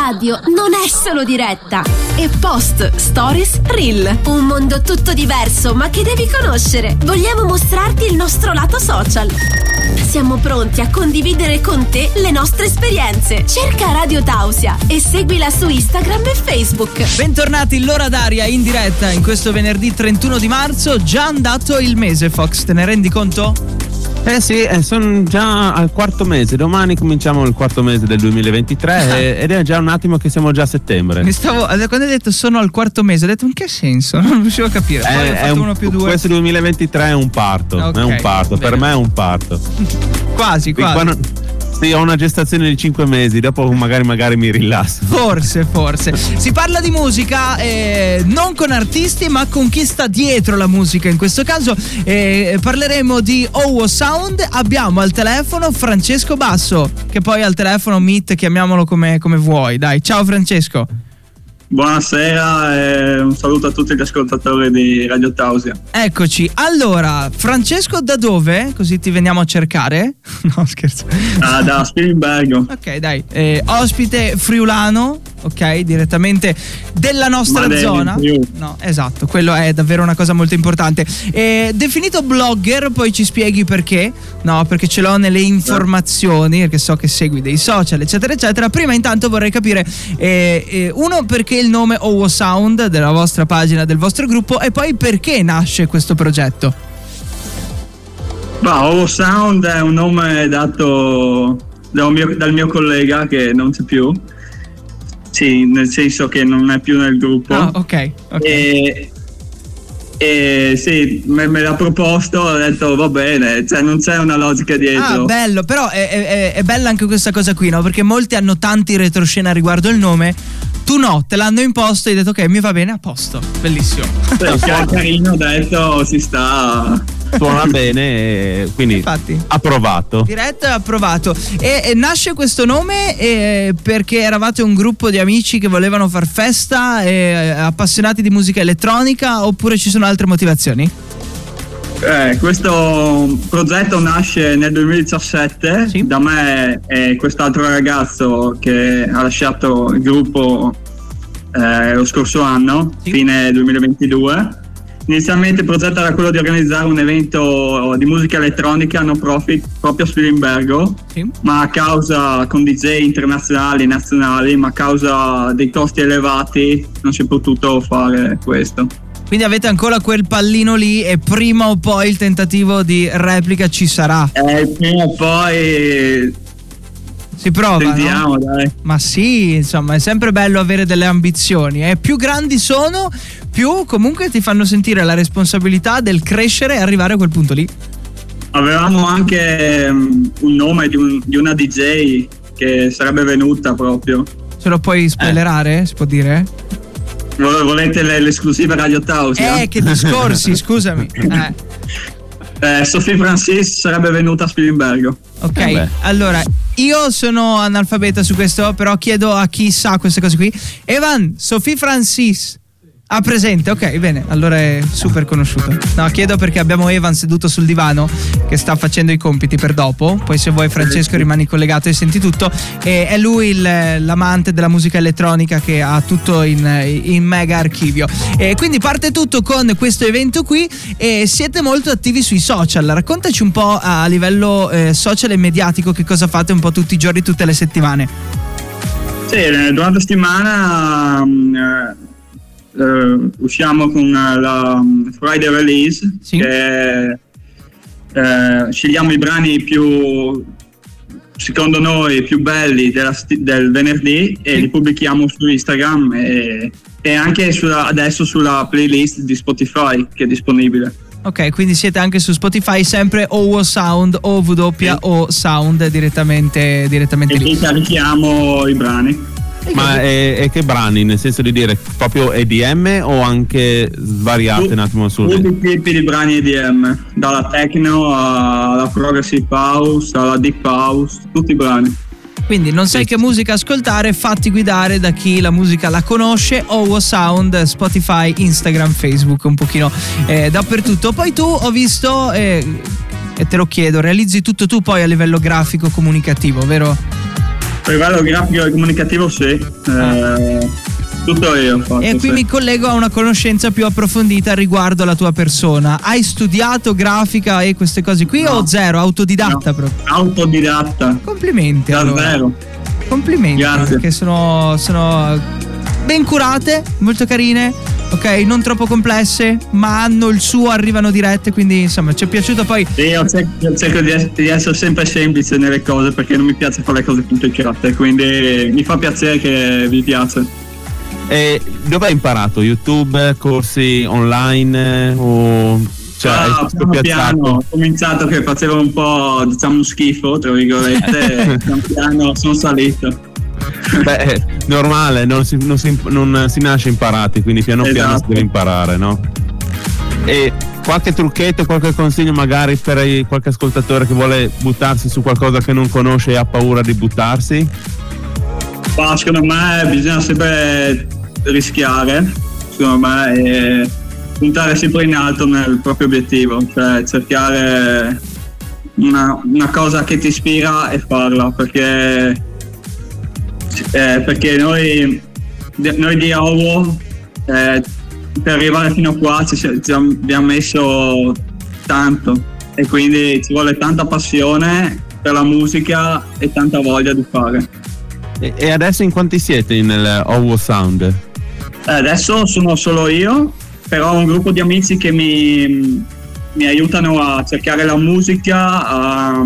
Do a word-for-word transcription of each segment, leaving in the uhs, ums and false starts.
radio non è solo diretta, è post, stories, reel. Un mondo tutto diverso ma che devi conoscere. Vogliamo mostrarti il nostro lato social. Siamo pronti a condividere con te le nostre esperienze. Cerca Radio Tausia e seguila su Instagram e Facebook. Bentornati in L'Ora d'Aria in diretta in questo venerdì trentuno di marzo. Già andato il mese, Fox, te ne rendi conto? Eh sì, eh, sono già al quarto mese. Domani cominciamo il quarto mese del duemilaventitré ed è già un attimo che siamo già a settembre. Mi stavo, quando hai detto sono al quarto mese, ho detto in che senso? Non riuscivo a capire. Poi Eh, ho è fatto un- uno più due. Questo duemilaventitré è un parto. Ok, è un parto. bene. Per me è un parto. Quasi, Sì, quasi. quando- sì, ho una gestazione di cinque mesi. Dopo magari magari mi rilasso. Forse, forse. Si parla di musica eh, non con artisti, ma con chi sta dietro la musica. In questo caso eh, parleremo di Owo Sound. Abbiamo al telefono Francesco Basso, che poi al telefono Meet, chiamiamolo come, come vuoi. Dai, ciao Francesco. Buonasera e un saluto a tutti gli ascoltatori di Radio Tausia. Eccoci. Allora, Francesco, da dove? Così ti veniamo a cercare. No, scherzo. Ah, da Spilimbergo. Ok, dai. Eh, ospite friulano, ok, direttamente della nostra Ma zona. più. No, esatto, quello è davvero una cosa molto importante. Eh, definito blogger, poi ci spieghi perché? No, perché ce l'ho nelle informazioni, perché so che segui dei social, eccetera, eccetera. Prima intanto vorrei capire, eh, eh, uno, perché il nome Owo Sound della vostra pagina, del vostro gruppo, e poi perché nasce questo progetto? Bah, Owo Sound è un nome dato dal mio, dal mio collega che non c'è più. Sì, nel senso che non è più nel gruppo. Ah, ok, ok. E, e sì, me, me l'ha proposto, ho detto va bene, cioè non c'è una logica dietro. Ah, bello, però è, è- è bella anche questa cosa qui, no? Perché molti hanno tanti retroscena riguardo il nome. Tu no, te l'hanno imposto e hai detto ok, mi va bene, a posto. Bellissimo. Perché è carino, ho detto si sta. Suona bene, e quindi Infatti. approvato. Diretto e approvato. E, e nasce questo nome eh, perché eravate un gruppo di amici che volevano far festa, eh, appassionati di musica elettronica, oppure ci sono altre motivazioni? Eh, questo progetto nasce nel duemiladiciassette Sì. da me e quest'altro ragazzo che ha lasciato il gruppo eh, lo scorso anno, Sì. fine duemilaventidue. Inizialmente il progetto era quello di organizzare un evento di musica elettronica no profit proprio a Spilimbergo, Sì. ma a causa, con D J internazionali e nazionali, ma a causa dei costi elevati non si è potuto fare questo. Quindi avete ancora quel pallino lì e prima o poi il tentativo di replica ci sarà. E prima o poi Si prova, no? sentiamo, dai. Ma sì, insomma, è sempre bello avere delle ambizioni. E più grandi sono, più comunque ti fanno sentire la responsabilità del crescere e arrivare a quel punto lì. Avevamo anche um, un nome di, un- di una D J che sarebbe venuta proprio. Ce lo puoi spoilerare, si può dire? Vol- Volete le- l'esclusiva Radio Tausia? Eh, che discorsi, scusami. Eh, Eh, Sophie Francis sarebbe venuta a Spilimbergo. ok, Eh beh. allora, io sono analfabeta su questo, però chiedo a chi sa queste cose qui. Evan, Sophie Francis. Ah, presente, ok, bene, allora è super conosciuto. No, chiedo perché abbiamo Evan seduto sul divano che sta facendo i compiti per dopo. Poi se vuoi Francesco rimani collegato e senti tutto. E è lui il- l'amante della musica elettronica che ha tutto in, in mega archivio. E quindi parte tutto con questo evento qui e siete molto attivi sui social. Raccontaci un po' a livello eh, social e mediatico che cosa fate un po' tutti i giorni, tutte le settimane. Sì, eh, durante la settimana um, eh, eh, usciamo con eh, la um, Friday Release, Sì. che eh, scegliamo i brani più, secondo noi, più belli della sti- del venerdì e Sì. li pubblichiamo su Instagram e, e anche sulla- adesso sulla playlist di Spotify che è disponibile. Ok, quindi siete anche su Spotify, sempre Owo Sound, O W O Sound, direttamente, direttamente E lì. lì carichiamo i brani. Ma e, e che brani? Nel senso di dire proprio E D M o anche svariate un attimo sul. Tutti i tipi di brani E D M, dalla techno alla progressive house alla deep house, tutti i brani. Quindi non sai che musica ascoltare, fatti guidare da chi la musica la conosce. Owo Sound, Spotify, Instagram, Facebook, un pochino eh, dappertutto. Poi tu ho visto, eh, e te lo chiedo, realizzi tutto tu poi a livello grafico comunicativo, vero? Per livello grafico e comunicativo sì, eh, tutto io ho fatto, E qui sì. mi collego a una conoscenza più approfondita riguardo alla tua persona. Hai studiato grafica e queste cose qui No. o zero? Autodidatta No, proprio? autodidatta, Complimenti allora. davvero. Complimenti, Grazie. perché sono, sono ben curate, molto carine, ok, non troppo complesse, ma hanno il suo, arrivano dirette, quindi insomma ci è piaciuto. Poi Sì, io cerco, io cerco di, essere, di essere sempre semplice nelle cose perché non mi piace fare le cose complicate, quindi mi fa piacere che vi piace. E dove hai imparato? YouTube, corsi online? O cioè, hai Ah, tutto piano piano piazzato? ho cominciato che facevo un po', diciamo, un schifo, tra virgolette, e pian piano sono salito. Beh, normale, non si, non, si, non si nasce imparati, quindi piano piano si Esatto. deve imparare, no? E qualche trucchetto, qualche consiglio magari per i- qualche ascoltatore che vuole buttarsi su qualcosa che non conosce e ha paura di buttarsi? Ma secondo me bisogna sempre rischiare, secondo me, e puntare sempre in alto nel proprio obiettivo, cioè cercare una, una cosa che ti ispira e farla, perché, eh, perché noi, noi di Owo eh, per arrivare fino a qua ci, ci abbiamo messo tanto e quindi ci vuole tanta passione per la musica e tanta voglia di fare. E, e adesso in quanti siete nel Owo Sound? Eh, adesso sono solo io, però ho un gruppo di amici che mi, mi aiutano a cercare la musica, a,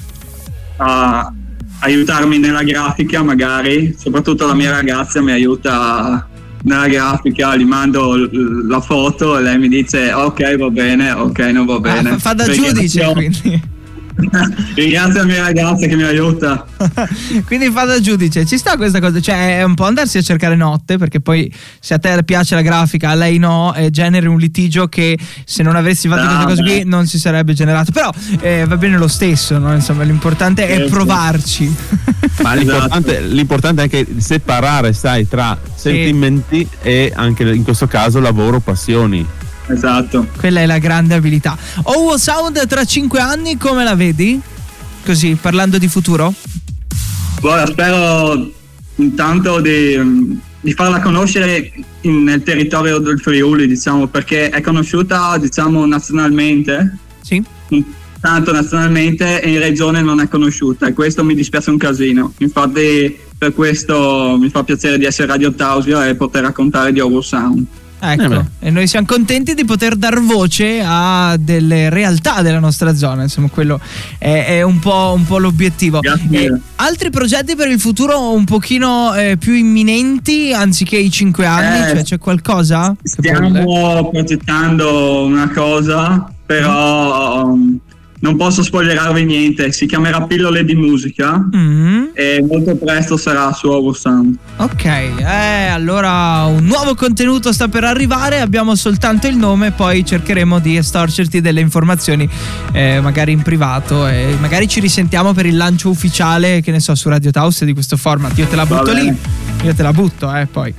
a aiutarmi nella grafica magari, soprattutto la mia ragazza mi aiuta nella grafica, gli mando l- la foto e lei mi dice ok va bene, ok non va bene. ah, fa, fa da Ringrazio- giudice, quindi. Ringrazio la mia ragazza che mi aiuta. Quindi fa da giudice, ci sta questa cosa, cioè è un po' andarsi a cercare notte, perché poi se a te piace la grafica, a lei no, eh, generi un litigio che se non avessi fatto Ah, queste cose beh. qui non si sarebbe generato, però eh, va bene lo stesso, no? Insomma l'importante è Certo. provarci. Ma l'importante, l'importante è anche separare, sai, tra sentimenti e anche in questo caso lavoro, passioni. Esatto. Quella è la grande abilità. Owo Sound tra cinque anni come la vedi? Così, parlando di futuro? Guarda, spero intanto di, di farla conoscere in- nel territorio del Friuli, diciamo, perché è conosciuta, diciamo, nazionalmente, Sì. tanto nazionalmente, e in regione non è conosciuta e questo mi dispiace un casino. Infatti per questo mi fa piacere di essere Radio Tausia e poter raccontare di Owo Sound. Ecco, Eh beh. e noi siamo contenti di poter dar voce a delle realtà della nostra zona, insomma quello è, è un, po', un po' l'obiettivo. Grazie E mille. altri progetti per il futuro un pochino eh, più imminenti anziché i cinque anni, Eh, cioè c'è qualcosa? che vuole- Stiamo progettando una cosa, però um, non posso spoilerarvi niente. Si chiamerà Pillole di Musica Mm, e molto presto sarà su Owo Sound. ok, eh, allora un nuovo contenuto sta per arrivare, abbiamo soltanto il nome, poi cercheremo di estorcerti delle informazioni eh, magari in privato e magari ci risentiamo per il lancio ufficiale, che ne so, su Radio Taos di questo format. Io te la Va butto lì, bene. io te la butto, eh, poi.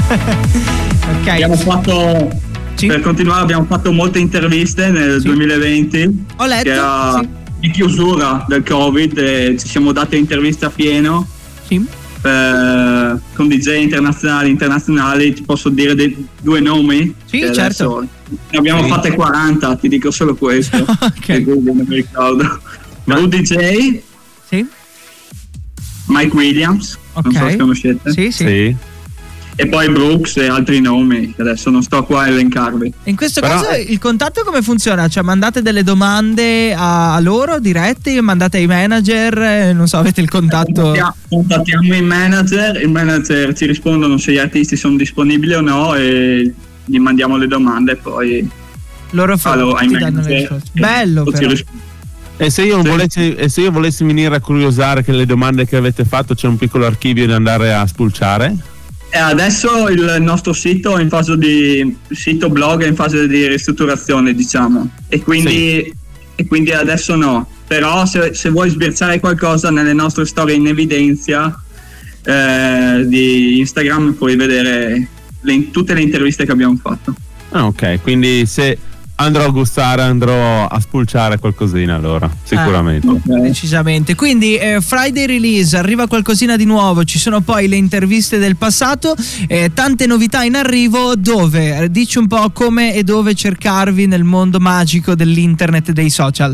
Ok. Abbiamo fatto, Sì. per continuare, abbiamo fatto molte interviste nel Sì. duemilaventi, Ho letto, che era sì. di chiusura del Covid, e ci siamo date interviste a pieno Sì. eh, con D J internazionali internazionali. Ti posso dire dei due nomi? Sì, Che certo. adesso Ne abbiamo Sì. fatte quaranta, ti dico solo questo. Ok. Che Google non mi ricordo. Ma- Rudy J, Sì. Mike Williams, Ok. non so se conoscete, Sì, sì. Sì. e poi Brooks e altri nomi che adesso non sto qua a elencarvi. In questo Però caso è- il contatto come funziona? Cioè mandate delle domande a, a loro diretti, mandate ai manager, eh, non so, avete il contatto? Contattia- Contattiamo i manager, i manager ci rispondono se gli artisti sono disponibili o no e gli mandiamo le domande e poi Loro fa- allora, ai ti danno le manager risposte. e Bello ci però. rispondono. E se io Sì. volessi, e se io volessi venire a curiosare che le domande che avete fatto, c'è un piccolo archivio da andare a spulciare? E adesso il nostro sito è in fase di sito blog è in fase di ristrutturazione, diciamo, e quindi, e quindi adesso no, però se, se vuoi sbirciare qualcosa nelle nostre storie in evidenza eh, di Instagram puoi vedere le- tutte le interviste che abbiamo fatto. Ah, ok, quindi se andrò a gustare, andrò a spulciare qualcosina allora, sicuramente. Ah, okay. Decisamente. Quindi eh, Friday release, arriva qualcosina di nuovo, ci sono poi le interviste del passato, eh, tante novità in arrivo. Dove? Dici un po' come e dove cercarvi nel mondo magico dell'internet e dei social.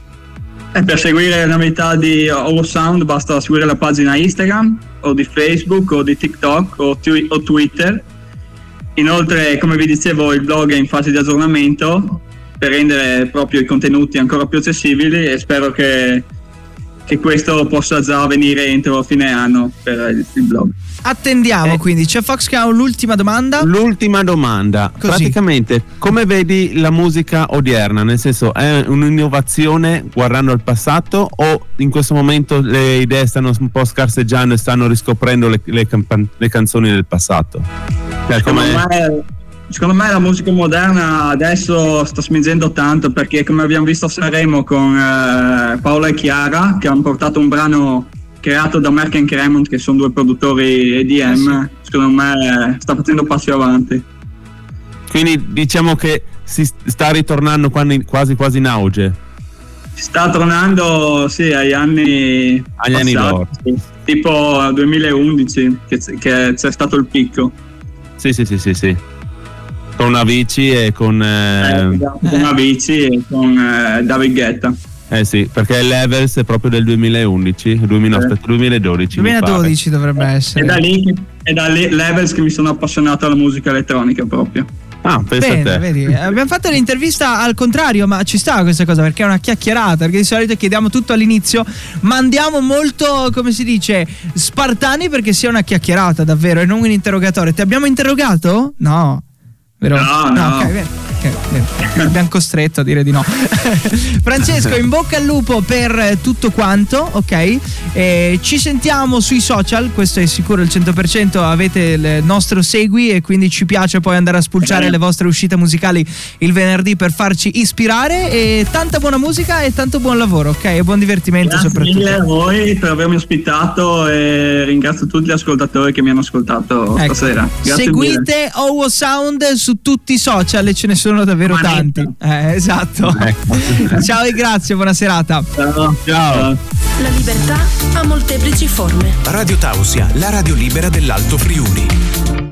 E per seguire le novità di Owo Sound basta seguire la pagina Instagram o di Facebook o di TikTok o, twi- o Twitter. Inoltre, come vi dicevo, il blog è in fase di aggiornamento per rendere proprio i contenuti ancora più accessibili, e spero che, che questo possa già avvenire entro fine anno per il, il blog. Attendiamo, eh. quindi c'è Foxcow. L'ultima domanda. L'ultima domanda. Così. Praticamente, come vedi la musica odierna? Nel senso, è un'innovazione guardando al passato, o in questo momento le idee stanno un po' scarseggiando e stanno riscoprendo le, le, campan- le canzoni del passato? Cioè, Secondo come... me, secondo me la musica moderna adesso sta spingendo tanto, perché come abbiamo visto a Sanremo con eh, Paola e Chiara, che hanno portato un brano creato da Merck and Cremont, che sono due produttori E D M, secondo me sta facendo passi avanti. Quindi diciamo che si sta ritornando quasi quasi in auge. Si sta tornando, sì, agli anni agli anni loro, sì. Tipo duemilaundici che, che c'è stato il picco. Sì, sì, sì, sì, sì. Con Avicii e con eh... Eh, con Avicii e con eh, David Guetta. Eh sì, perché Levels è proprio del duemilaundici, duemila, eh. aspetta, duemiladodici. duemiladodici dovrebbe essere. È da lì, è da lì Levels che mi sono appassionato alla musica elettronica proprio. Ah, pensa Bene, a te. vedi, abbiamo fatto l'intervista al contrario, ma ci sta questa cosa perché è una chiacchierata, perché di solito chiediamo tutto all'inizio, ma andiamo molto, come si dice, spartani, perché sia una chiacchierata davvero e non un interrogatorio. Ti abbiamo interrogato? No. Vero? No, no. Ok, bene. Okay, bene. Abbiamo costretto a dire di no. Francesco, in bocca al lupo per tutto quanto, ok? Eh, ci sentiamo sui social, questo è sicuro il cento per cento, avete il nostro segui e quindi ci piace poi andare a spulciare eh. le vostre uscite musicali il venerdì per farci ispirare, e tanta buona musica e tanto buon lavoro, ok? E buon divertimento. Grazie soprattutto. Grazie mille a voi per avermi ospitato, e ringrazio tutti gli ascoltatori che mi hanno ascoltato ecco. stasera. Grazie Seguite mille. Owo Sound su tutti i social e ce ne sono davvero Manetta. tanti. Eh, esatto. Ecco. Ciao e grazie, buona serata. Ciao. Ciao. La libertà ha molteplici forme. Radio Tausia, la radio libera dell'Alto Friuli.